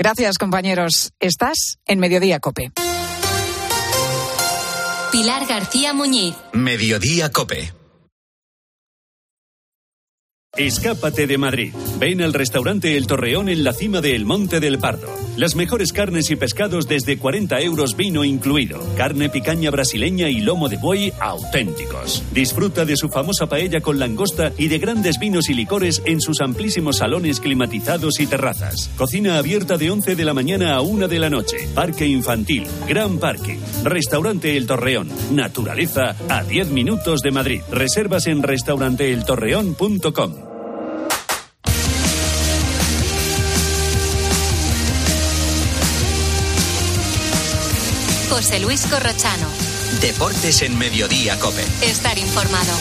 Gracias, compañeros. Estás en Mediodía COPE. Pilar García Muñiz. Mediodía COPE. Escápate de Madrid. Ven al restaurante El Torreón en la cima del Monte del Pardo. Las mejores carnes y pescados desde 40 euros, vino incluido. Carne picaña brasileña y lomo de buey auténticos. Disfruta de su famosa paella con langosta y de grandes vinos y licores en sus amplísimos salones climatizados y terrazas. Cocina abierta de 11 de la mañana a 1 de la noche. Parque infantil, gran parking. Restaurante El Torreón. Naturaleza a 10 minutos de Madrid. Reservas en restauranteeltorreón.com. José Luis Corrochano. Deportes en Mediodía COPE. Estar informado.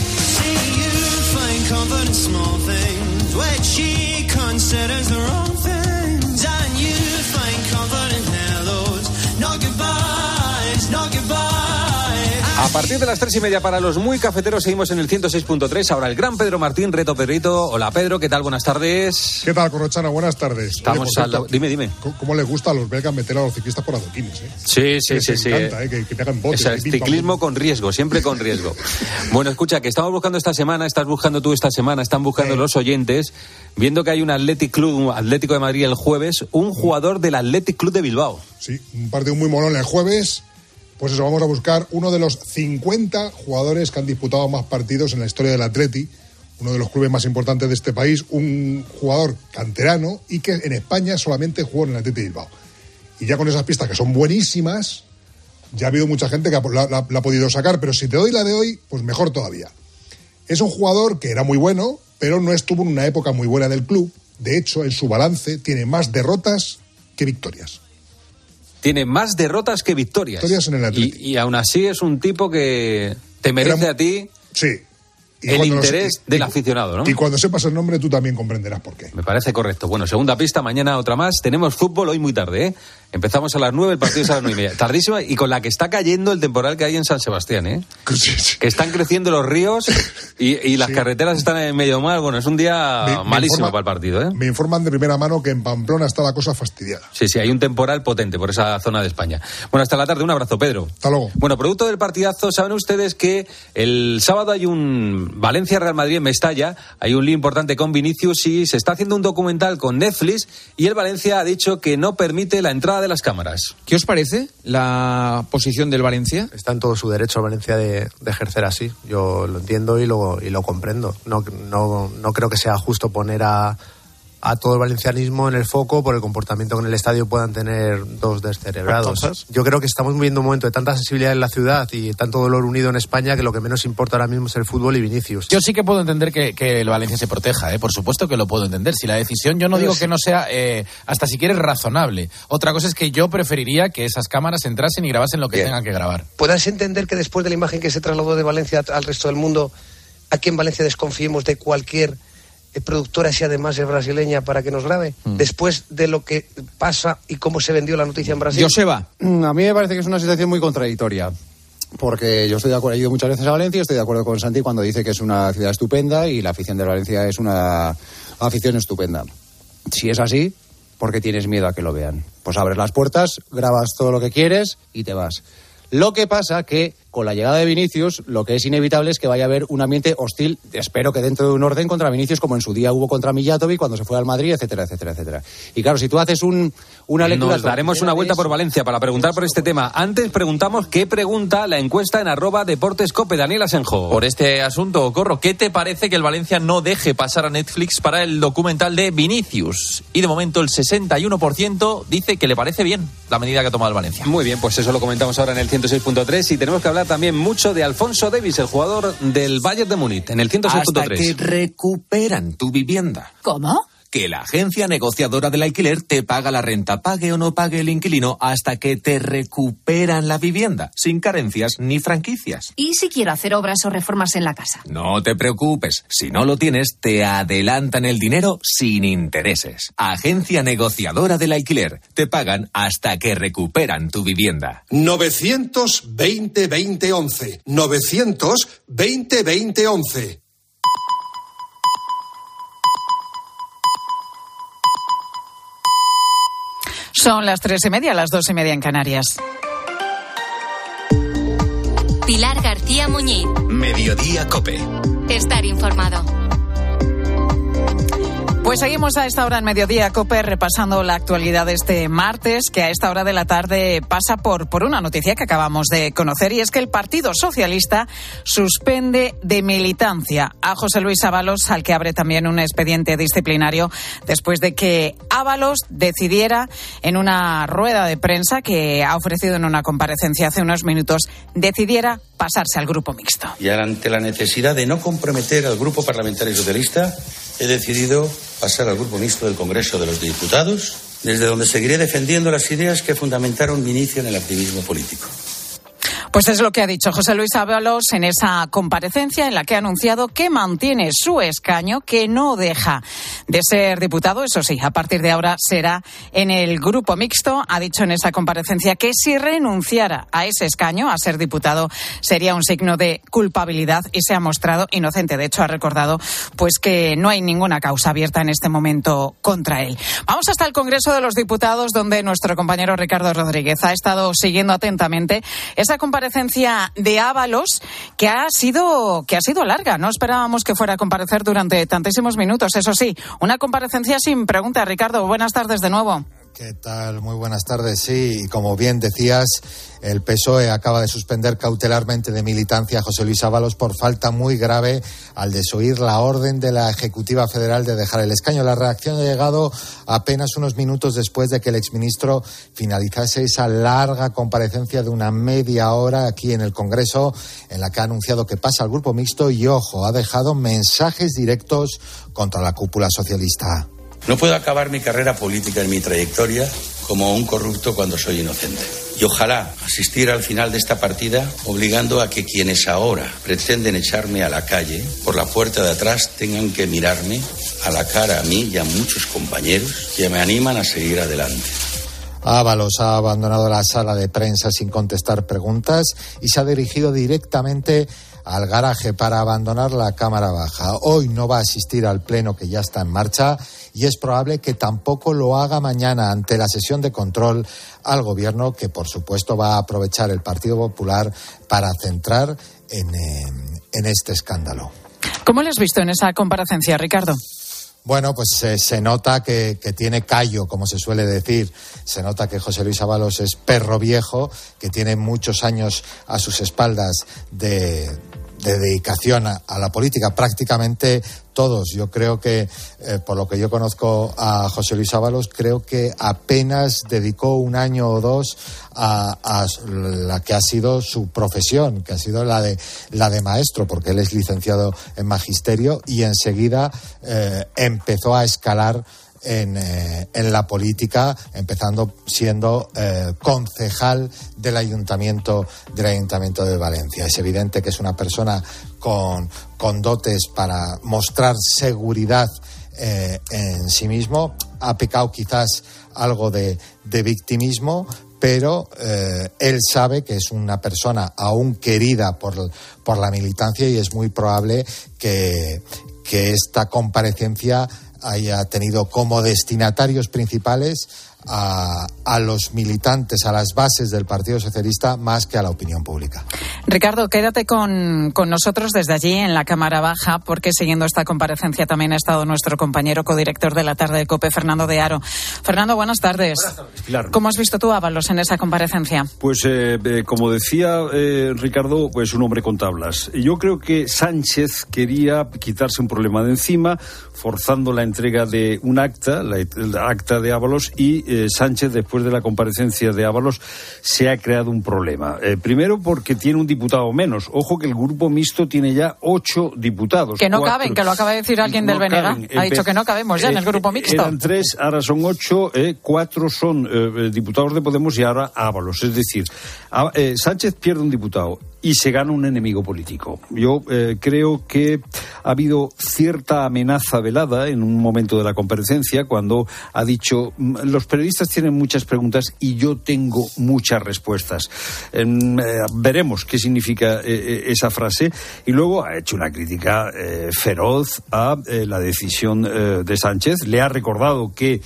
A partir de las 3:30 para los muy cafeteros seguimos en el 106.3. Ahora el gran Pedro Martín, Reto Pedrito. Hola Pedro, ¿qué tal? Buenas tardes. ¿Qué tal, Corrochano? Buenas tardes. Estamos Dime. ¿Cómo les gusta a los belgas meter a los ciclistas por adoquines? Sí. Les encanta, que te hagan botes. Es ciclismo con riesgo, siempre con riesgo. Bueno, escucha, que estamos buscando esta semana, estás buscando tú esta semana, están buscando los oyentes, viendo que hay un Atlético de Madrid el jueves, un jugador del Athletic Club de Bilbao. Sí, un partido muy molón el jueves. Pues eso, vamos a buscar uno de los 50 jugadores que han disputado más partidos en la historia del Atleti, uno de los clubes más importantes de este país, un jugador canterano y que en España solamente jugó en el Atleti Bilbao. Y ya con esas pistas que son buenísimas, ya ha habido mucha gente que la ha podido sacar, pero si te doy la de hoy, pues mejor todavía. Es un jugador que era muy bueno, pero no estuvo en una época muy buena del club. De hecho, en su balance tiene más derrotas que victorias. Tiene más derrotas que victorias. Victorias en el Atlético. Y aún así es un tipo que te merece a ti el interés del aficionado, ¿no? Y cuando sepas el nombre tú también comprenderás por qué. Me parece correcto. Bueno, segunda pista, mañana otra más. Tenemos fútbol hoy muy tarde, ¿eh? Empezamos a las 9, el partido es a las 9:30. Tardísima y con la que está cayendo el temporal que hay en San Sebastián, ¿eh? Sí. Que están creciendo los ríos y las carreteras están en medio mal. Bueno, es un día malísimo para el partido, ¿eh? Me informan de primera mano que en Pamplona está la cosa fastidiada. Sí, hay un temporal potente por esa zona de España. Bueno, hasta la tarde. Un abrazo, Pedro. Hasta luego. Bueno, producto del partidazo, ¿saben ustedes que el sábado hay un Valencia-Real Madrid en Mestalla? Hay un lío importante con Vinicius y se está haciendo un documental con Netflix y el Valencia ha dicho que no permite la entrada de las cámaras. ¿Qué os parece la posición del Valencia? Está en todo su derecho el Valencia de ejercer así. Yo lo entiendo y lo comprendo. No creo que sea justo poner a todo el valencianismo en el foco por el comportamiento que en el estadio puedan tener dos descerebrados. Entonces, yo creo que estamos viviendo un momento de tanta sensibilidad en la ciudad y tanto dolor unido en España que lo que menos importa ahora mismo es el fútbol y Vinicius. Yo sí que puedo entender que el Valencia se proteja, por supuesto que lo puedo entender. Si la decisión, yo no digo que no sea hasta si quieres razonable. Otra cosa es que yo preferiría que esas cámaras entrasen y grabasen lo que tengan que grabar. ¿Puedes entender que después de la imagen que se trasladó de Valencia al resto del mundo, aquí en Valencia desconfiemos de cualquier productora, si además es brasileña, para que nos grabe? Después de lo que pasa y cómo se vendió la noticia en Brasil. Joseba. A mí me parece que es una situación muy contradictoria. Porque yo estoy de acuerdo, he ido muchas veces a Valencia, estoy de acuerdo con Santi cuando dice que es una ciudad estupenda y la afición de Valencia es una afición estupenda. Si es así, ¿por qué tienes miedo a que lo vean? Pues abres las puertas, grabas todo lo que quieres y te vas. Lo que pasa que con la llegada de Vinicius, lo que es inevitable es que vaya a haber un ambiente hostil, espero que dentro de un orden contra Vinicius, como en su día hubo contra Mijatovic cuando se fue al Madrid, etcétera, etcétera, etcétera. Y claro, si tú haces una lectura... Nos daremos una vuelta por Valencia para preguntar por este tema. Antes preguntamos qué pregunta la encuesta en @deportescope. Daniel Asenjo. Por este asunto, Corro, ¿qué te parece que el Valencia no deje pasar a Netflix para el documental de Vinicius? Y de momento el 61% dice que le parece bien la medida que ha tomado el Valencia. Muy bien, pues eso lo comentamos ahora en el 106.3 y tenemos que hablar también mucho de Alfonso Davies, el jugador del Bayern de Múnich, en el 106.3. Hasta que recuperan tu vivienda. ¿Cómo? Que la agencia negociadora del alquiler te paga la renta, pague o no pague el inquilino, hasta que te recuperan la vivienda, sin carencias ni franquicias. ¿Y si quiero hacer obras o reformas en la casa? No te preocupes, si no lo tienes, te adelantan el dinero sin intereses. Agencia negociadora del alquiler, te pagan hasta que recuperan tu vivienda. 920-2011. 920-2011. Son las 3:30, las 2:30 en Canarias. Pilar García Muñiz. Mediodía COPE. Estar informado. Pues seguimos a esta hora en Mediodía COPE repasando la actualidad de este martes, que a esta hora de la tarde pasa por una noticia que acabamos de conocer, y es que el Partido Socialista suspende de militancia a José Luis Ábalos, al que abre también un expediente disciplinario después de que Ábalos decidiera, en una rueda de prensa que ha ofrecido en una comparecencia hace unos minutos, decidiera pasarse al grupo mixto. Y ante la necesidad de no comprometer al Grupo Parlamentario Socialista, he decidido pasar al Grupo Mixto del Congreso de los Diputados, desde donde seguiré defendiendo las ideas que fundamentaron mi inicio en el activismo político. Pues es lo que ha dicho José Luis Ábalos en esa comparecencia en la que ha anunciado que mantiene su escaño, que no deja de ser diputado. Eso sí, a partir de ahora será en el grupo mixto. Ha dicho en esa comparecencia que si renunciara a ese escaño, a ser diputado, sería un signo de culpabilidad, y se ha mostrado inocente. De hecho, ha recordado pues que no hay ninguna causa abierta en este momento contra él. Vamos hasta el Congreso de los Diputados, donde nuestro compañero Ricardo Rodríguez ha estado siguiendo atentamente esa comparecencia de Ábalos, que ha sido larga. No esperábamos que fuera a comparecer durante tantísimos minutos. Eso sí, una comparecencia sin pregunta. Ricardo, buenas tardes de nuevo. ¿Qué tal? Muy buenas tardes. Sí, y como bien decías, el PSOE acaba de suspender cautelarmente de militancia a José Luis Ábalos por falta muy grave al desoír la orden de la Ejecutiva Federal de dejar el escaño. La reacción ha llegado apenas unos minutos después de que el exministro finalizase esa larga comparecencia de una media hora aquí en el Congreso, en la que ha anunciado que pasa al grupo mixto y, ojo, ha dejado mensajes directos contra la cúpula socialista. No puedo acabar mi carrera política en mi trayectoria como un corrupto cuando soy inocente. Y ojalá asistir al final de esta partida obligando a que quienes ahora pretenden echarme a la calle por la puerta de atrás tengan que mirarme a la cara a mí y a muchos compañeros que me animan a seguir adelante. Ábalos ha abandonado la sala de prensa sin contestar preguntas y se ha dirigido directamente al garaje para abandonar la Cámara Baja. Hoy no va a asistir al pleno que ya está en marcha y es probable que tampoco lo haga mañana ante la sesión de control al Gobierno, que por supuesto va a aprovechar el Partido Popular para centrar en este escándalo. ¿Cómo le has visto en esa comparecencia, Ricardo? Bueno, pues se nota que tiene callo, como se suele decir. Se nota que José Luis Ábalos es perro viejo, que tiene muchos años a sus espaldas de dedicación a la política, prácticamente todos. Yo creo que, por lo que yo conozco a José Luis Ábalos, creo que apenas dedicó un año o dos a la que ha sido su profesión, que ha sido la de maestro, porque él es licenciado en magisterio y enseguida empezó a escalar en la política, empezando siendo concejal del Ayuntamiento de Valencia. Es evidente que es una persona con dotes para mostrar seguridad en sí mismo. Ha pecado quizás algo de victimismo, pero él sabe que es una persona aún querida por la militancia y es muy probable que esta comparecencia haya tenido como destinatarios principales a los militantes, a las bases del Partido Socialista, más que a la opinión pública. Ricardo, quédate con nosotros desde allí en la Cámara Baja, porque siguiendo esta comparecencia también ha estado nuestro compañero codirector de la tarde de COPE, Fernando de Aro. Fernando, buenas tardes. Buenas tardes, Pilar. ¿Cómo has visto tú a Ábalos en esa comparecencia? Pues como decía Ricardo, pues un hombre con tablas. Yo creo que Sánchez quería quitarse un problema de encima, forzando la entrega de un acta, el acta de Ábalos, y Sánchez, después de la comparecencia de Ábalos, se ha creado un problema. Primero porque tiene un diputado menos. Ojo que el grupo mixto tiene ya 8 diputados. Que no caben, que lo acaba de decir alguien del BNG. Ha dicho que no cabemos ya en el grupo mixto. Eran 3, ahora son 8, 4 son diputados de Podemos y ahora Ábalos. Es decir, Sánchez pierde un diputado y se gana un enemigo político. Yo creo que ha habido cierta amenaza velada en un momento de la comparecencia cuando ha dicho: los periodistas tienen muchas preguntas y yo tengo muchas respuestas. Veremos qué significa esa frase. Y luego ha hecho una crítica feroz a la decisión de Sánchez. Le ha recordado que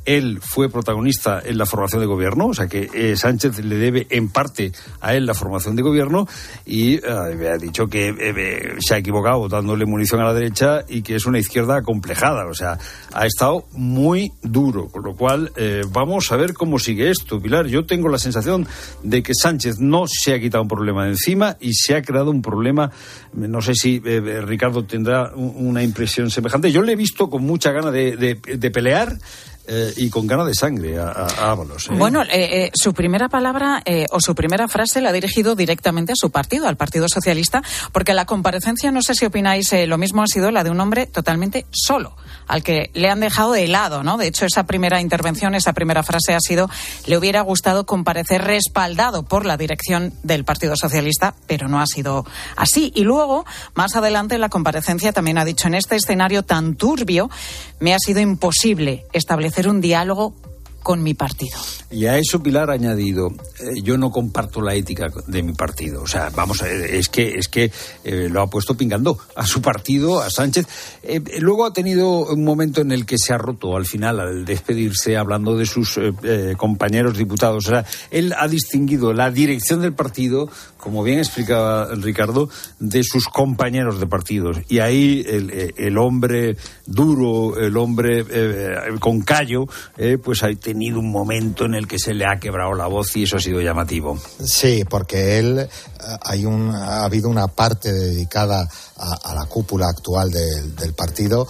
él fue protagonista en la formación de gobierno, o sea que Sánchez le debe en parte a él la formación de gobierno, y ha dicho que se ha equivocado dándole munición a la derecha y que es una izquierda acomplejada. O sea, ha estado muy duro, con lo cual vamos a ver cómo sigue esto, Pilar. Yo tengo la sensación de que Sánchez no se ha quitado un problema de encima y se ha creado un problema. No sé si Ricardo tendrá una impresión semejante. Yo le he visto con mucha gana de pelear y con ganas de sangre a Ábalos. Bueno, su primera palabra o su primera frase la ha dirigido directamente a su partido, al Partido Socialista, porque la comparecencia, no sé si opináis lo mismo, ha sido la de un hombre totalmente solo, al que le han dejado de lado, ¿no? De hecho, esa primera intervención, esa primera frase ha sido: le hubiera gustado comparecer respaldado por la dirección del Partido Socialista, pero no ha sido así. Y luego, más adelante en la comparecencia, también ha dicho: en este escenario tan turbio me ha sido imposible establecer un diálogo con mi partido. Y a eso Pilar ha añadido: yo no comparto la ética de mi partido. O sea, vamos a ver, es que lo ha puesto pingando a su partido, a Sánchez. Luego ha tenido un momento en el que se ha roto al final, al despedirse, hablando de sus compañeros diputados. O sea, él ha distinguido la dirección del partido, como bien explicaba Ricardo, de sus compañeros de partidos. Y ahí el hombre duro, el hombre con callo, pues ha tenido un momento en el que se le ha quebrado la voz, y eso ha sido llamativo. Sí, porque él ha habido una parte dedicada a la cúpula actual del partido.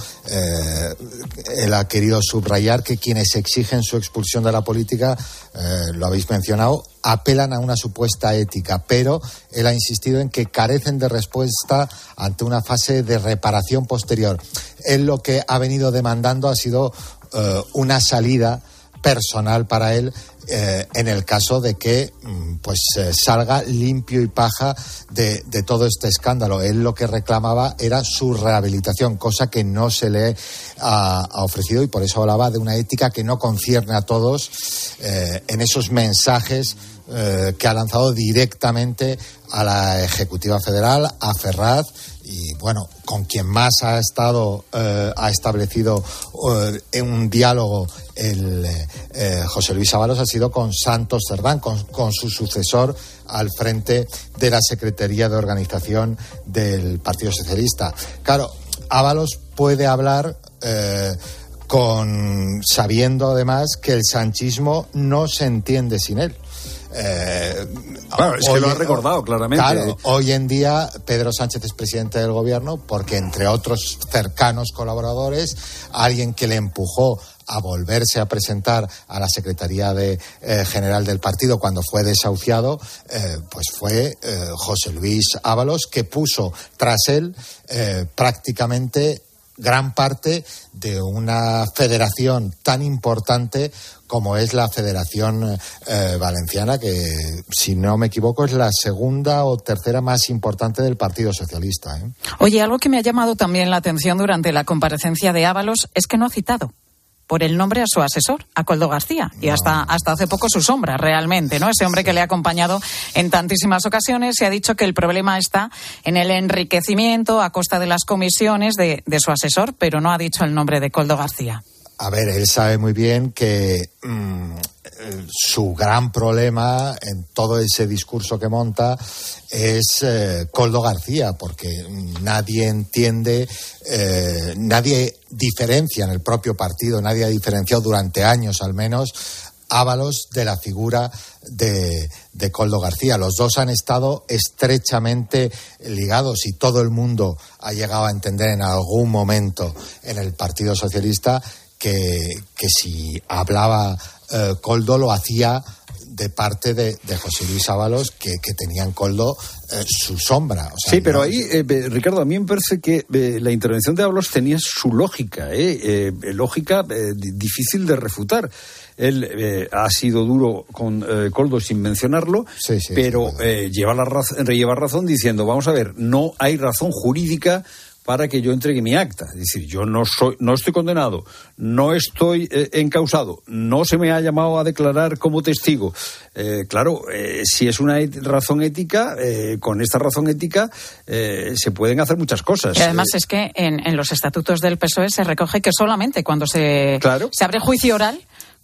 Él ha querido subrayar que quienes exigen su expulsión de la política, lo habéis mencionado, apelan a una supuesta ética, pero él ha insistido en que carecen de respuesta ante una fase de reparación posterior. Él lo que ha venido demandando ha sido una salida personal para él en el caso de que salga limpio y paja de todo este escándalo. Él lo que reclamaba era su rehabilitación, cosa que no se le ha ofrecido, y por eso hablaba de una ética que no concierne a todos en esos mensajes que ha lanzado directamente a la Ejecutiva Federal, a Ferraz. Y bueno, con quien más ha establecido un diálogo José Luis Ábalos ha sido con Santos Cerdán, con su sucesor al frente de la Secretaría de Organización del Partido Socialista. Claro, Ábalos puede hablar sabiendo además que el sanchismo no se entiende sin él. Claro, es que lo ha recordado claramente. Claro, hoy en día Pedro Sánchez es presidente del gobierno porque, entre otros cercanos colaboradores, alguien que le empujó a volverse a presentar a la Secretaría General del partido cuando fue desahuciado, pues fue José Luis Ábalos, que puso tras él prácticamente gran parte de una federación tan importante como es la Federación Valenciana, que, si no me equivoco, es la segunda o tercera más importante del Partido Socialista. Oye, algo que me ha llamado también la atención durante la comparecencia de Ábalos es que no ha citado por el nombre a su asesor, a Koldo García, y hasta hace poco su sombra, realmente, ¿no? Ese hombre que le ha acompañado en tantísimas ocasiones. Se ha dicho que el problema está en el enriquecimiento a costa de las comisiones de su asesor, pero no ha dicho el nombre de Koldo García. A ver, él sabe muy bien que su gran problema en todo ese discurso que monta es Koldo García, porque nadie entiende, nadie diferencia en el propio partido, nadie ha diferenciado durante años al menos Ábalos de la figura de Koldo García. Los dos han estado estrechamente ligados, y todo el mundo ha llegado a entender en algún momento en el Partido Socialista que si hablaba Koldo, lo hacía de parte de José Luis Ábalos, que tenía en Koldo su sombra. O sea, sí, pero ahí, Ricardo, a mí me parece que la intervención de Ábalos tenía su lógica, lógica difícil de refutar. Él ha sido duro con Koldo sin mencionarlo, sí, pero lleva razón diciendo: vamos a ver, no hay razón jurídica para que yo entregue mi acta. Es decir, yo no estoy condenado, no estoy encausado, no se me ha llamado a declarar como testigo. Claro, si es una razón ética, con esta razón ética se pueden hacer muchas cosas. Y además es que en los estatutos del PSOE se recoge que solamente cuando se abre juicio oral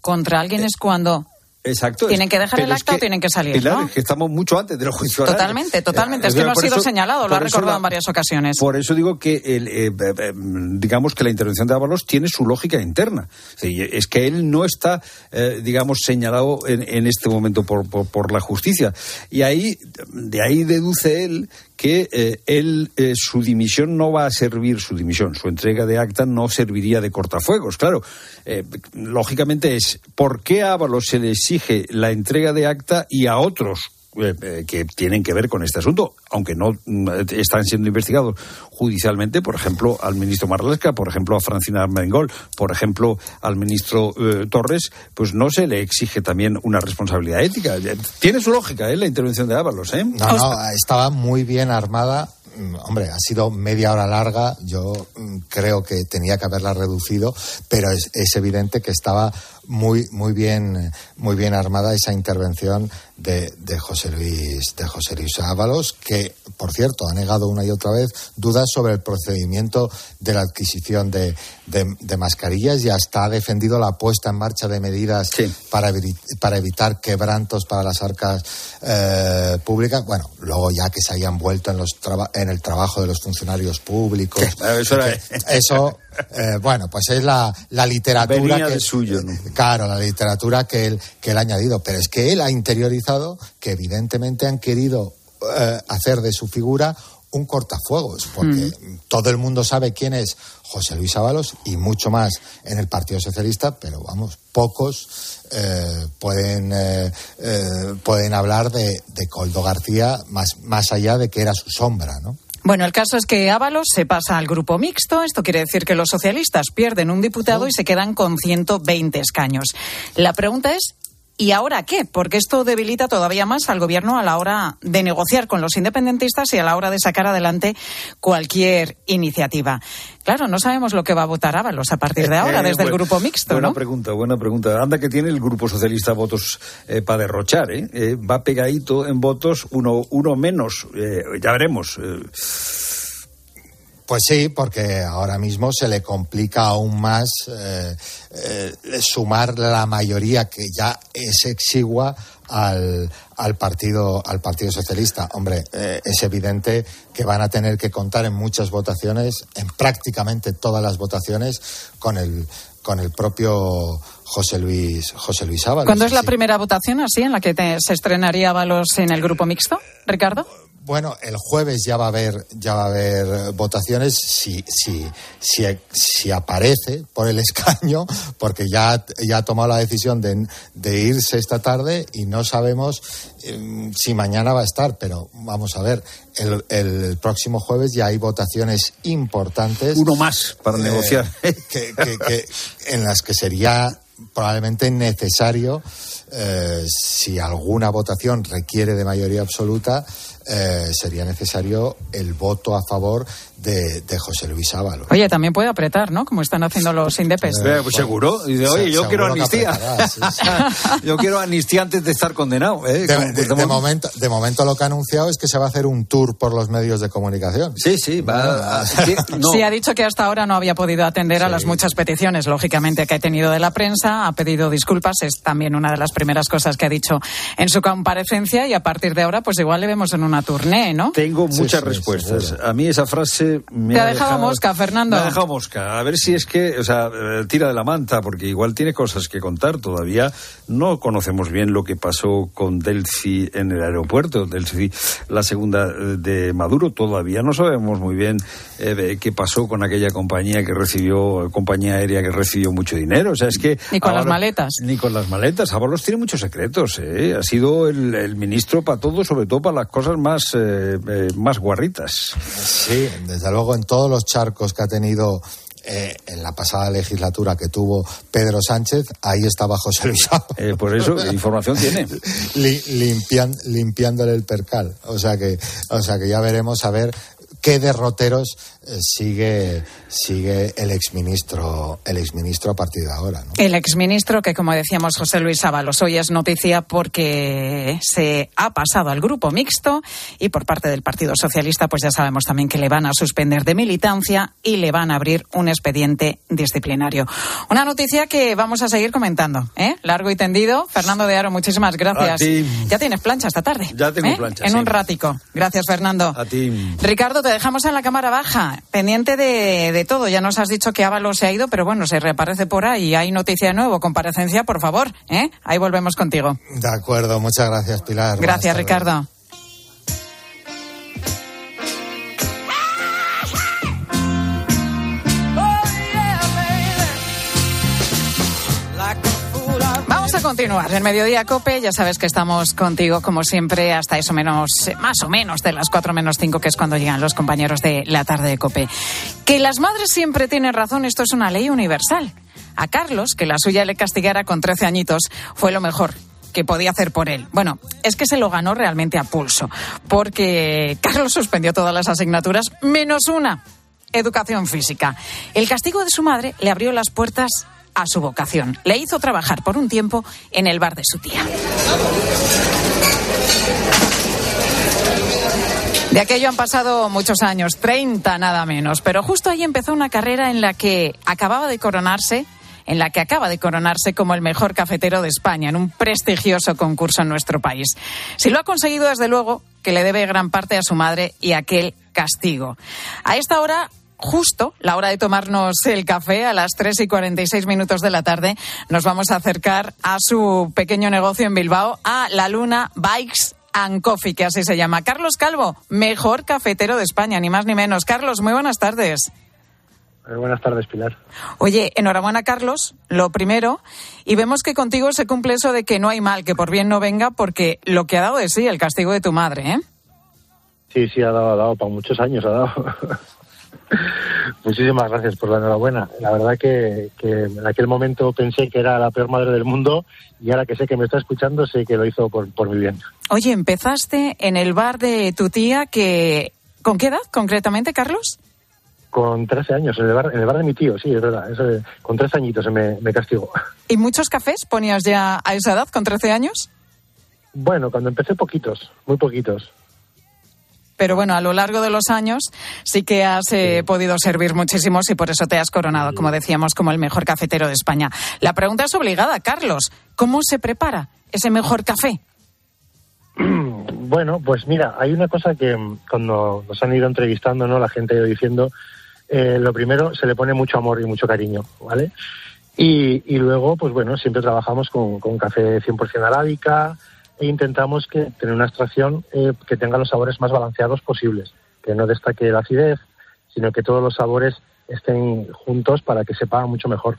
contra alguien es cuando... Exacto. ¿Tienen que dejar el acta o tienen que salir? Pilar, ¿no? es que estamos mucho antes del juicio oral. Totalmente. Es que no ha sido señalado, lo ha recordado en varias ocasiones. Por eso digo que, digamos que la intervención de Ábalos tiene su lógica interna. Es que él no está, digamos, señalado en este momento por la justicia. Y de ahí deduce él que su dimisión no va a servir, su entrega de acta no serviría de cortafuegos. Claro, lógicamente es, ¿por qué a Ábalos se le exige la entrega de acta y a otros que tienen que ver con este asunto, aunque no están siendo investigados judicialmente, por ejemplo, al ministro Marlaska, por ejemplo, a Francina Armengol, por ejemplo, al ministro Torres, pues no se le exige también una responsabilidad ética? Tiene su lógica, la intervención de Ábalos, ¿eh? No, estaba muy bien armada. Hombre, ha sido media hora larga, yo creo que tenía que haberla reducido, pero es evidente que estaba muy bien armada esa intervención de José Luis Ábalos, que, por cierto, ha negado una y otra vez dudas sobre el procedimiento de la adquisición de mascarillas y hasta ha defendido la puesta en marcha de medidas para evitar quebrantos para las arcas públicas. Bueno, luego ya que se hayan vuelto en el trabajo de los funcionarios públicos. Eso bueno, pues es la literatura venía de suyo, ¿no? Claro, la literatura que él ha añadido, pero es que él ha interiorizado que evidentemente han querido hacer de su figura un cortafuegos, porque todo el mundo sabe quién es José Luis Ábalos y mucho más en el Partido Socialista, pero vamos, pocos pueden hablar de Koldo García más allá de que era su sombra, ¿no? Bueno, el caso es que Ábalos se pasa al grupo mixto. Esto quiere decir que los socialistas pierden un diputado y se quedan con 120 escaños. La pregunta es, ¿y ahora qué? Porque esto debilita todavía más al gobierno a la hora de negociar con los independentistas y a la hora de sacar adelante cualquier iniciativa. Claro, no sabemos lo que va a votar Ábalos a partir de ahora desde el grupo mixto, buena ¿no? Buena pregunta. Anda que tiene el grupo socialista votos para derrochar, ¿eh? Va pegadito en votos, uno menos. Ya veremos. Pues sí, porque ahora mismo se le complica aún más sumar la mayoría que ya es exigua al Partido Socialista. Hombre, es evidente que van a tener que contar en muchas votaciones, en prácticamente todas las votaciones, con el propio José Luis Ábalos. ¿Cuándo es la primera votación así en la que se estrenaría Ábalos en el grupo mixto, Ricardo? Bueno, el jueves ya va a haber votaciones si aparece por el escaño, porque ya ha tomado la decisión de irse esta tarde y no sabemos si mañana va a estar, pero vamos a ver, el próximo jueves ya hay votaciones importantes. Uno más para negociar. En las que sería probablemente necesario, si alguna votación requiere de mayoría absoluta, sería necesario el voto a favor de José Luis Ábalos. Oye, también puede apretar, ¿no? Como están haciendo los indepes. Pues seguro. Dice, oye, yo quiero amnistía. Yo quiero amnistía antes de estar condenado. De momento lo que ha anunciado es que se va a hacer un tour por los medios de comunicación. Sí, va. Sí, ha dicho que hasta ahora no había podido atender a las muchas peticiones, lógicamente, que ha tenido de la prensa. Ha pedido disculpas. Es también una de las primeras cosas que ha dicho en su comparecencia y a partir de ahora, pues igual le vemos en una tournée, ¿no? Tengo muchas respuestas. Seguro. A mí esa frase te ha dejado mosca, Fernando. Me ha dejado mosca. A ver si es que, tira de la manta, porque igual tiene cosas que contar todavía. No conocemos bien lo que pasó con Delphi en el aeropuerto. Delphi, la segunda de Maduro. Todavía no sabemos muy bien qué pasó con aquella compañía aérea que recibió mucho dinero. O sea, es que ni con las maletas. Ni con las maletas. Ábalos tiene muchos secretos. Ha sido el ministro para todo, sobre todo para las cosas más guarritas. Sí, desde luego en todos los charcos que ha tenido en la pasada legislatura que tuvo Pedro Sánchez, ahí estaba José Luis Ábalos. Por eso, ¿qué información tiene? Limpiándole el percal. O sea que ya veremos a ver qué derroteros sigue el exministro a partir de ahora, ¿no? El exministro que, como decíamos, José Luis Ábalos, hoy es noticia porque se ha pasado al grupo mixto y por parte del Partido Socialista pues ya sabemos también que le van a suspender de militancia y le van a abrir un expediente disciplinario. Una noticia que vamos a seguir comentando, largo y tendido. Fernando de Aro, muchísimas gracias. Ya tienes plancha esta tarde. Ya tengo plancha. En un ratico. Gracias, Fernando. A ti. Ricardo, te dejamos en la cámara baja. Pendiente de todo. Ya nos has dicho que Ábalos se ha ido, pero bueno, se reaparece por ahí. Hay noticia de nuevo, comparecencia, por favor. Ahí volvemos contigo. De acuerdo, muchas gracias, Pilar. Gracias, Ricardo. Vamos a continuar en Mediodía COPE. Ya sabes que estamos contigo, como siempre, hasta eso más o menos de las 4 menos 5, que es cuando llegan los compañeros de la tarde de COPE. Que las madres siempre tienen razón, esto es una ley universal. A Carlos, que la suya le castigara con 13 añitos, fue lo mejor que podía hacer por él. Bueno, es que se lo ganó realmente a pulso, porque Carlos suspendió todas las asignaturas, menos una, educación física. El castigo de su madre le abrió las puertas a su vocación. Le hizo trabajar por un tiempo en el bar de su tía. De aquello han pasado muchos años, 30 nada menos, pero justo ahí empezó una carrera en la que acaba de coronarse como el mejor cafetero de España en un prestigioso concurso en nuestro país. Si lo ha conseguido, desde luego, que le debe gran parte a su madre y aquel castigo. A esta hora, justo la hora de tomarnos el café, a las 3:46 de la tarde, nos vamos a acercar a su pequeño negocio en Bilbao, a La Luna Bikes and Coffee, que así se llama. Carlos Calvo, mejor cafetero de España, ni más ni menos. Carlos, muy buenas tardes. Buenas tardes, Pilar. Oye, enhorabuena, Carlos, lo primero, y vemos que contigo se cumple eso de que no hay mal que por bien no venga, porque lo que ha dado de sí el castigo de tu madre, ¿eh? Sí, ha dado para muchos años, ha dado. Muchísimas gracias por la enhorabuena. La verdad que en aquel momento pensé que era la peor madre del mundo, y ahora que sé que me está escuchando, sé que lo hizo por mi bien. Oye, empezaste en el bar de tu tía, que ¿con qué edad concretamente, Carlos? Con 13 años, en el bar de mi tío, sí, es verdad. Con 13 añitos me castigó. ¿Y muchos cafés ponías ya a esa edad, con 13 años? Bueno, cuando empecé poquitos, muy poquitos. Pero bueno, a lo largo de los años sí que has podido servir muchísimos y por eso te has coronado, como decíamos, como el mejor cafetero de España. La pregunta es obligada, Carlos. ¿Cómo se prepara ese mejor café? Bueno, pues mira, hay una cosa que cuando nos han ido entrevistando, ¿no? La gente ha ido diciendo, lo primero, se le pone mucho amor y mucho cariño, ¿vale? Y luego, pues bueno, siempre trabajamos con café 100% arábica e intentamos tener una extracción que tenga los sabores más balanceados posibles, que no destaque la acidez, sino que todos los sabores estén juntos para que sepa mucho mejor.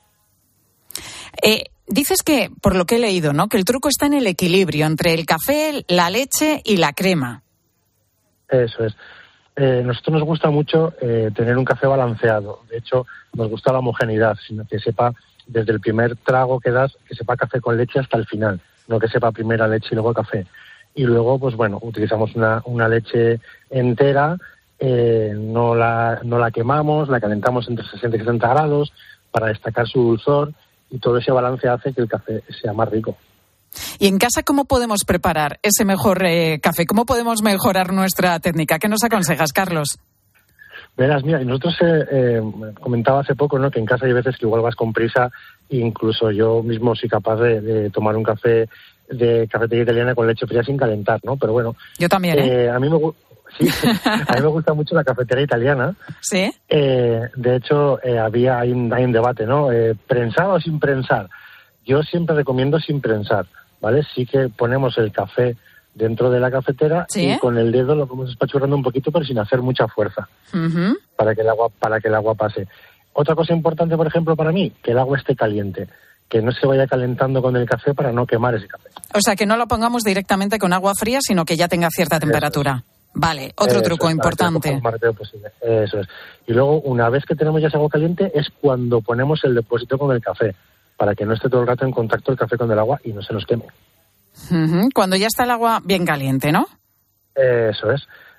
Dices que, por lo que he leído, ¿no?, que el truco está en el equilibrio entre el café, la leche y la crema. Eso es. Nosotros nos gusta mucho tener un café balanceado. De hecho, nos gusta la homogeneidad, sino que sepa, desde el primer trago que das, que sepa café con leche hasta el final, no que sepa primera leche y luego café. Y luego, pues bueno, utilizamos una leche entera, no la quemamos, la calentamos entre 60 y 70 grados para destacar su dulzor, y todo ese balance hace que el café sea más rico. ¿Y en casa cómo podemos preparar ese mejor café? ¿Cómo podemos mejorar nuestra técnica? ¿Qué nos aconsejas, Carlos? Verás, mira, nosotros comentaba hace poco, ¿no?, que en casa hay veces que igual vas con prisa, e incluso yo mismo soy capaz de tomar un café de cafetería italiana con leche fría sin calentar, ¿no? Pero bueno. Yo también, a mí me gusta mucho la cafetería italiana. ¿Sí? De hecho, hay un debate, ¿no? ¿Prensar o sin prensar? Yo siempre recomiendo sin prensar, ¿vale? Sí que ponemos el café dentro de la cafetera, ¿sí?, y con el dedo lo vamos espachurrando un poquito, pero sin hacer mucha fuerza, para que el agua pase. Otra cosa importante, por ejemplo, para mí, que el agua esté caliente, que no se vaya calentando con el café para no quemar ese café. O sea, que no lo pongamos directamente con agua fría, sino que ya tenga cierta temperatura. Vale, otro truco importante. Eso es. Y luego, una vez que tenemos ya ese agua caliente, es cuando ponemos el depósito con el café, para que no esté todo el rato en contacto el café con el agua y no se nos queme. Cuando ya está el agua bien caliente, ¿no? Eso es.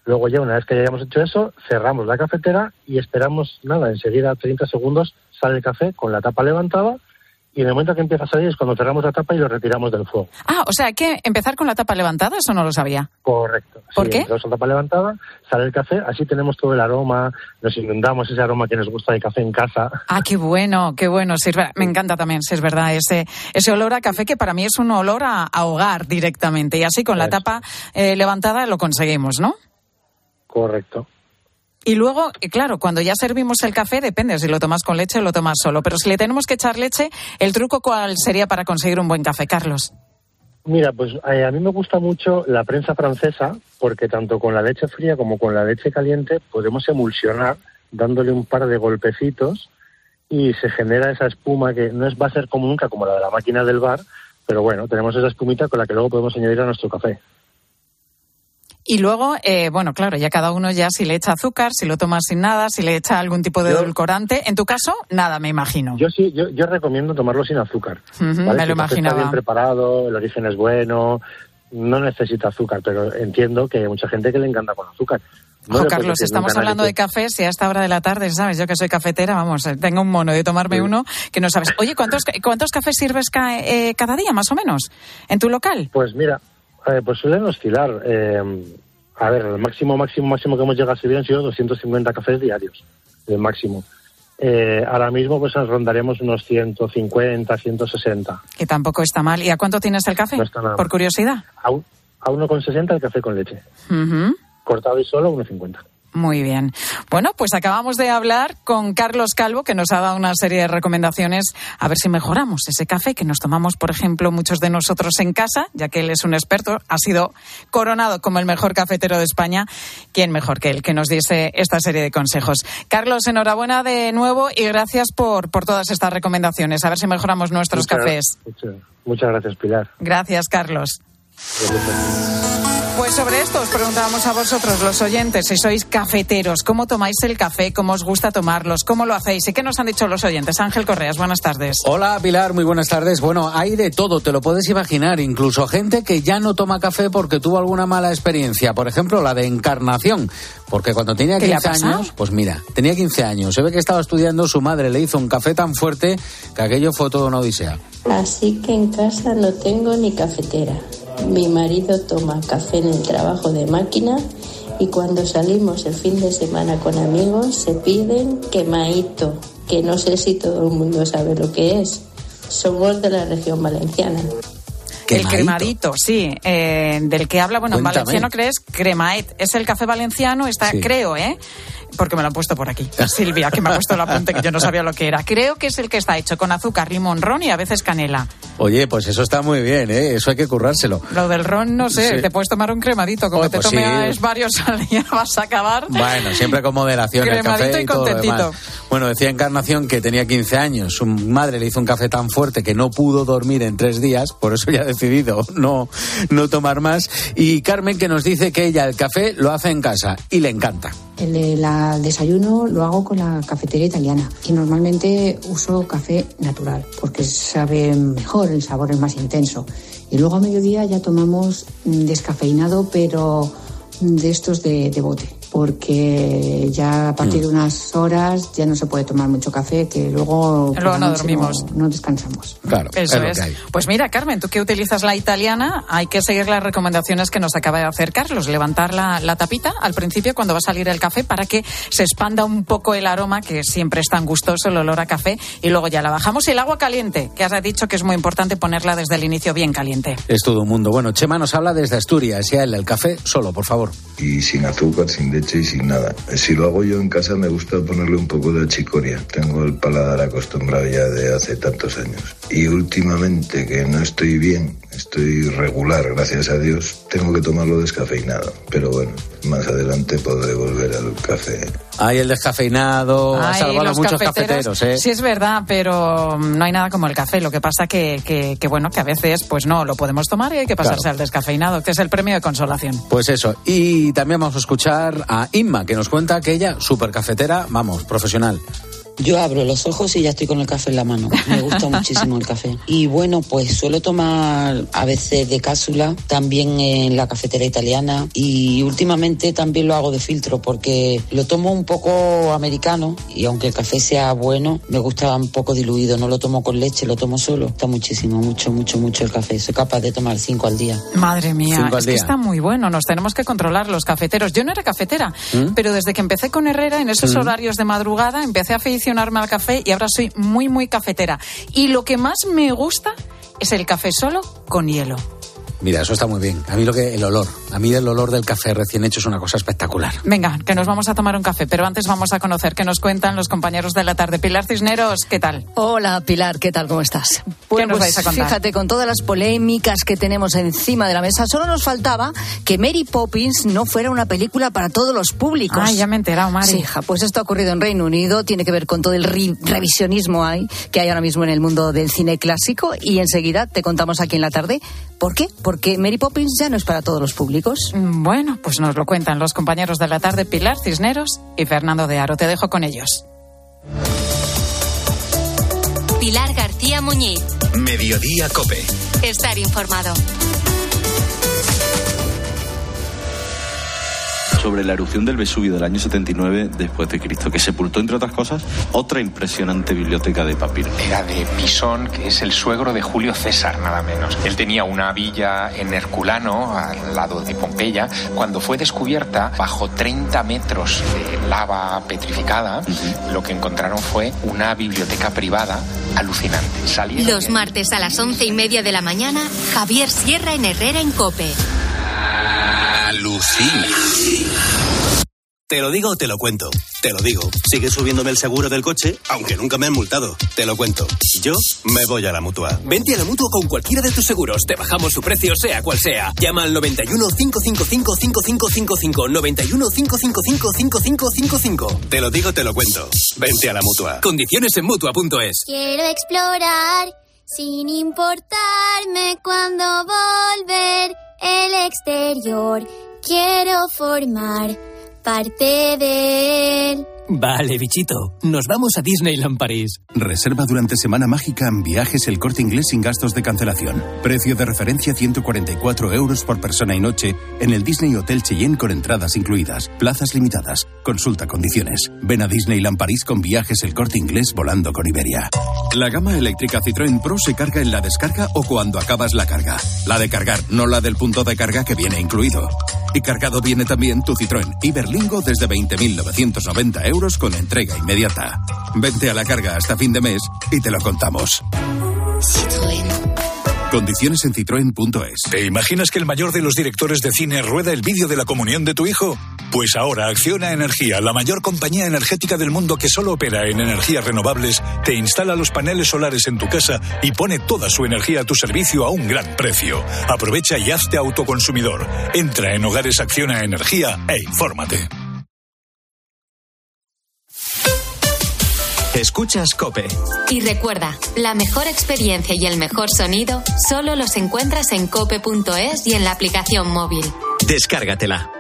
Luego ya una vez que hayamos hecho eso, cerramos la cafetera y esperamos, enseguida 30 segundos sale el café con la tapa levantada y en el momento que empieza a salir es cuando cerramos la tapa y lo retiramos del fuego. Ah, o sea, hay que empezar con la tapa levantada, eso no lo sabía. Correcto. ¿Por qué? Con la tapa levantada, sale el café, así tenemos todo el aroma, nos inundamos ese aroma que nos gusta de café en casa. Ah, qué bueno, sirve. Me encanta también, si es verdad, ese olor a café que para mí es un olor a hogar directamente. Y así con la tapa levantada lo conseguimos, ¿no? Correcto. Y luego, claro, cuando ya servimos el café, depende si lo tomas con leche o lo tomas solo. Pero si le tenemos que echar leche, ¿el truco cuál sería para conseguir un buen café, Carlos? Mira, pues a mí me gusta mucho la prensa francesa porque tanto con la leche fría como con la leche caliente podemos emulsionar dándole un par de golpecitos y se genera esa espuma que no va a ser como nunca como la de la máquina del bar, pero bueno, tenemos esa espumita con la que luego podemos añadir a nuestro café. Y luego, claro, ya cada uno ya si le echa azúcar, si lo toma sin nada, si le echa algún tipo de edulcorante. En tu caso, nada, me imagino. Yo recomiendo tomarlo sin azúcar. ¿Vale? Me lo imaginaba. Está bien preparado, el origen es bueno, no necesita azúcar, pero entiendo que hay mucha gente que le encanta con azúcar. Carlos, estamos hablando de cafés y a esta hora de la tarde, ¿sabes? Yo que soy cafetera, vamos, tengo un mono de tomarme uno que no sabes. Oye, ¿cuántos cafés sirves cada día, más o menos, en tu local? Pues mira, pues suelen oscilar. El máximo que hemos llegado a servir han sido 250 cafés diarios, el máximo. Ahora mismo pues rondaremos unos 150, 160. Que tampoco está mal. ¿Y a cuánto tienes el café? No está nada. Por curiosidad. A 1,60 el café con leche. Uh-huh. Cortado y solo, 1,50. Muy bien. Bueno, pues acabamos de hablar con Carlos Calvo, que nos ha dado una serie de recomendaciones a ver si mejoramos ese café que nos tomamos, por ejemplo, muchos de nosotros en casa, ya que él es un experto, ha sido coronado como el mejor cafetero de España. ¿Quién mejor que él que nos diese esta serie de consejos? Carlos, enhorabuena de nuevo y gracias por todas estas recomendaciones. A ver si mejoramos nuestros cafés. Muchas gracias, Pilar. Gracias, Carlos. Pues sobre esto os preguntábamos a vosotros, los oyentes, si sois cafeteros, ¿cómo tomáis el café? ¿Cómo os gusta tomarlos? ¿Cómo lo hacéis? ¿Y qué nos han dicho los oyentes? Ángel Correas, buenas tardes. Hola, Pilar, muy buenas tardes. Bueno, hay de todo, te lo puedes imaginar, incluso gente que ya no toma café porque tuvo alguna mala experiencia. Por ejemplo, la de Encarnación, porque cuando tenía 15 años, pues mira, tenía 15 años, se ve que estaba estudiando, su madre le hizo un café tan fuerte que aquello fue toda una odisea. Así que en casa no tengo ni cafetera. Mi marido toma café en el trabajo de máquina y cuando salimos el fin de semana con amigos se piden quemaíto, que no sé si todo el mundo sabe lo que es. Somos de la región valenciana. El cremadito, sí, del que habla, bueno, Cuéntame. En valenciano crees cremaet, es el café valenciano, está, sí. Creo, porque me lo han puesto por aquí. Silvia, que me ha puesto el apunte que yo no sabía lo que era. Creo que es el que está hecho con azúcar, limón, ron y a veces canela. Oye, pues eso está muy bien, eso hay que currárselo. Lo del ron, no sé, sí. Te puedes tomar un cremadito, como te tomes sí. Varios al día vas a acabar. Bueno, siempre con moderación el café y todo lo demás. Bueno, decía Encarnación que tenía 15 años, su madre le hizo un café tan fuerte que no pudo dormir en 3 días, por eso ya ha decidido no tomar más. Y Carmen, que nos dice que ella el café lo hace en casa y le encanta. El desayuno lo hago con la cafetería italiana y normalmente uso café natural porque sabe mejor, el sabor es más intenso. Y luego a mediodía ya tomamos descafeinado, pero de estos de bote, porque ya a partir de unas horas ya no se puede tomar mucho café, que luego no dormimos. No descansamos. Claro, eso es. Pues mira, Carmen, tú que utilizas la italiana, hay que seguir las recomendaciones que nos acaba de hacer Carlos. Levantar la tapita al principio cuando va a salir el café para que se expanda un poco el aroma, que siempre es tan gustoso el olor a café, y luego ya la bajamos. Y el agua caliente, que has dicho que es muy importante ponerla desde el inicio bien caliente. Es todo un mundo. Bueno, Chema nos habla desde Asturias, y a él el café solo, por favor. Y sin azúcar, sin leche y sin nada. Si lo hago yo en casa me gusta ponerle un poco de achicoria. Tengo el paladar acostumbrado ya de hace tantos años. Y últimamente que no estoy bien, estoy regular, gracias a Dios, tengo que tomarlo descafeinado. Pero bueno, más adelante podré volver al café. Ay, el descafeinado ha salvado a muchos cafeteros, Sí, es verdad, pero no hay nada como el café. Lo que pasa que bueno, que a veces pues no lo podemos tomar y hay que pasarse al descafeinado, que es el premio de consolación. Pues eso. Y también vamos a escuchar a Inma, que nos cuenta que ella, súper cafetera, vamos, profesional. Yo abro los ojos y ya estoy con el café en la mano. Me gusta muchísimo el café. Y bueno, pues suelo tomar a veces de cápsula, también en la cafetera italiana, y últimamente también lo hago de filtro porque lo tomo un poco americano y aunque el café sea bueno, me gusta un poco diluido. No lo tomo con leche, lo tomo solo. Está muchísimo, mucho el café. Soy capaz de tomar 5 al día. Madre mía, es que está muy bueno. Nos tenemos que controlar los cafeteros. Yo no era cafetera, pero desde que empecé con Herrera, en esos horarios de madrugada, empecé a aficionarme al café y ahora soy muy cafetera. Y lo que más me gusta es el café solo con hielo. Mira, eso está muy bien. A mí el olor. A mí el olor del café recién hecho es una cosa espectacular. Venga, que nos vamos a tomar un café, pero antes vamos a conocer qué nos cuentan los compañeros de la tarde. Pilar Cisneros, ¿qué tal? Hola, Pilar, ¿qué tal? ¿Cómo estás? ¿Qué nos vais a contar? Fíjate, con todas las polémicas que tenemos encima de la mesa, solo nos faltaba que Mary Poppins no fuera una película para todos los públicos. Ay, ya me he enterado, Mari. Sí, hija, pues esto ha ocurrido en Reino Unido, tiene que ver con todo el revisionismo que hay ahora mismo en el mundo del cine clásico, y enseguida te contamos aquí en la tarde. ¿Por qué? Porque Mary Poppins ya no es para todos los públicos. Bueno, pues nos lo cuentan los compañeros de la tarde, Pilar Cisneros y Fernando de Aro. Te dejo con ellos. Pilar García Muñiz. Mediodía COPE. Estar informado. Sobre la erupción del Vesubio del año 79 después de Cristo, que sepultó, entre otras cosas, otra impresionante biblioteca de papiros. Era de Pisón, que es el suegro de Julio César, nada menos. Él tenía una villa en Herculano, al lado de Pompeya. Cuando fue descubierta, bajo 30 metros de lava petrificada, lo que encontraron fue una biblioteca privada alucinante. Los martes a las 11:30 de la mañana, Javier Sierra en Herrera en COPE. Alucina. Te lo digo o te lo cuento. Te lo digo. Sigue subiéndome el seguro del coche, aunque nunca me han multado. Te lo cuento. Yo me voy a la Mutua. Vente a la Mutua con cualquiera de tus seguros. Te bajamos su precio, sea cual sea. Llama al 91 555 5555. 91 555 5555. Te lo digo, te lo cuento. Vente a la Mutua. Condiciones en Mutua.es. Quiero explorar sin importarme cuándo volver. El exterior, quiero formar parte de él. Vale, bichito, nos vamos a Disneyland París. Reserva durante Semana Mágica en Viajes El Corte Inglés sin gastos de cancelación. Precio de referencia 144 € por persona y noche en el Disney Hotel Cheyenne con entradas incluidas. Plazas limitadas. Consulta condiciones. Ven a Disneyland París con Viajes El Corte Inglés volando con Iberia. La gama eléctrica Citroën Pro se carga en la descarga o cuando acabas la carga. La de cargar, no la del punto de carga que viene incluido. Y cargado viene también tu Citroën Iberlingo desde 20.990 € con entrega inmediata. Vente a la carga hasta fin de mes y te lo contamos. Citroën. Condiciones en citroen.es. ¿Te imaginas que el mayor de los directores de cine rueda el vídeo de la comunión de tu hijo? Pues ahora Acciona Energía, la mayor compañía energética del mundo que solo opera en energías renovables, te instala los paneles solares en tu casa y pone toda su energía a tu servicio a un gran precio. Aprovecha y hazte autoconsumidor. Entra en Hogares Acciona Energía e infórmate. Escuchas COPE. Y recuerda, la mejor experiencia y el mejor sonido solo los encuentras en cope.es y en la aplicación móvil. Descárgatela.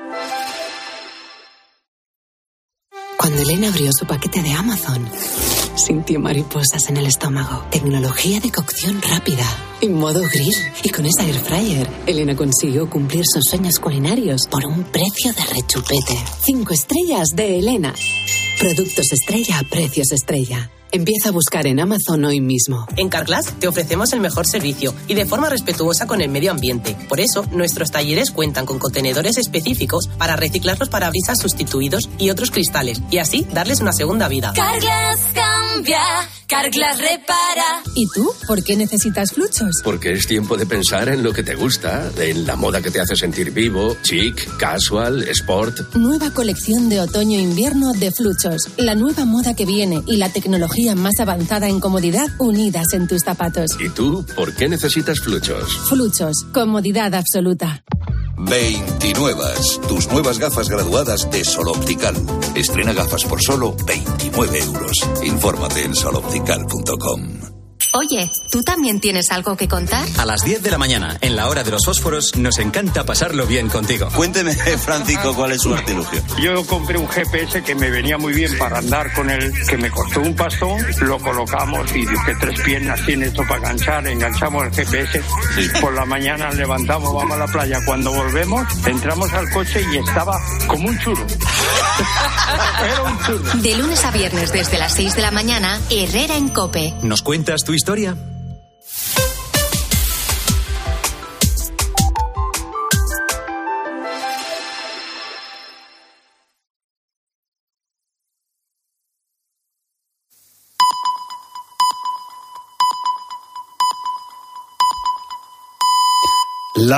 Cuando Elena abrió su paquete de Amazon, sintió mariposas en el estómago. Tecnología de cocción rápida, en modo grill. Y con esa air fryer, Elena consiguió cumplir sus sueños culinarios por un precio de rechupete. 5 estrellas de Elena. Productos estrella a precios estrella. Empieza a buscar en Amazon hoy mismo. En Carglass te ofrecemos el mejor servicio y de forma respetuosa con el medio ambiente. Por eso, nuestros talleres cuentan con contenedores específicos para reciclar los parabrisas sustituidos y otros cristales, y así darles una segunda vida. Carglass cambia, Carglass repara. ¿Y tú? ¿Por qué necesitas Fluchos? Porque es tiempo de pensar en lo que te gusta, en la moda que te hace sentir vivo, chic, casual, sport. Nueva colección de otoño-invierno de Fluchos. La nueva moda que viene y la tecnología más avanzada en comodidad unidas en tus zapatos. ¿Y tú? ¿Por qué necesitas Fluchos? Fluchos. Comodidad absoluta. 29. Tus nuevas gafas graduadas de Sol Optical. Estrena gafas por solo 29 €. Infórmate en soloptical.com. Oye, ¿tú también tienes algo que contar? A las 10 de la mañana, en la hora de los fósforos, nos encanta pasarlo bien contigo. Cuénteme, Francisco, ¿cuál es su artilugio? Yo compré un GPS que me venía muy bien para andar con él, que me costó un pastón, lo colocamos y dice 3 piernas tiene esto para enganchamos el GPS, por la mañana levantamos, vamos a la playa, cuando volvemos, entramos al coche y estaba como un churro. Era un churro. De lunes a viernes desde las 6 de la mañana, Herrera en COPE. ¿Nos cuentas tu historia?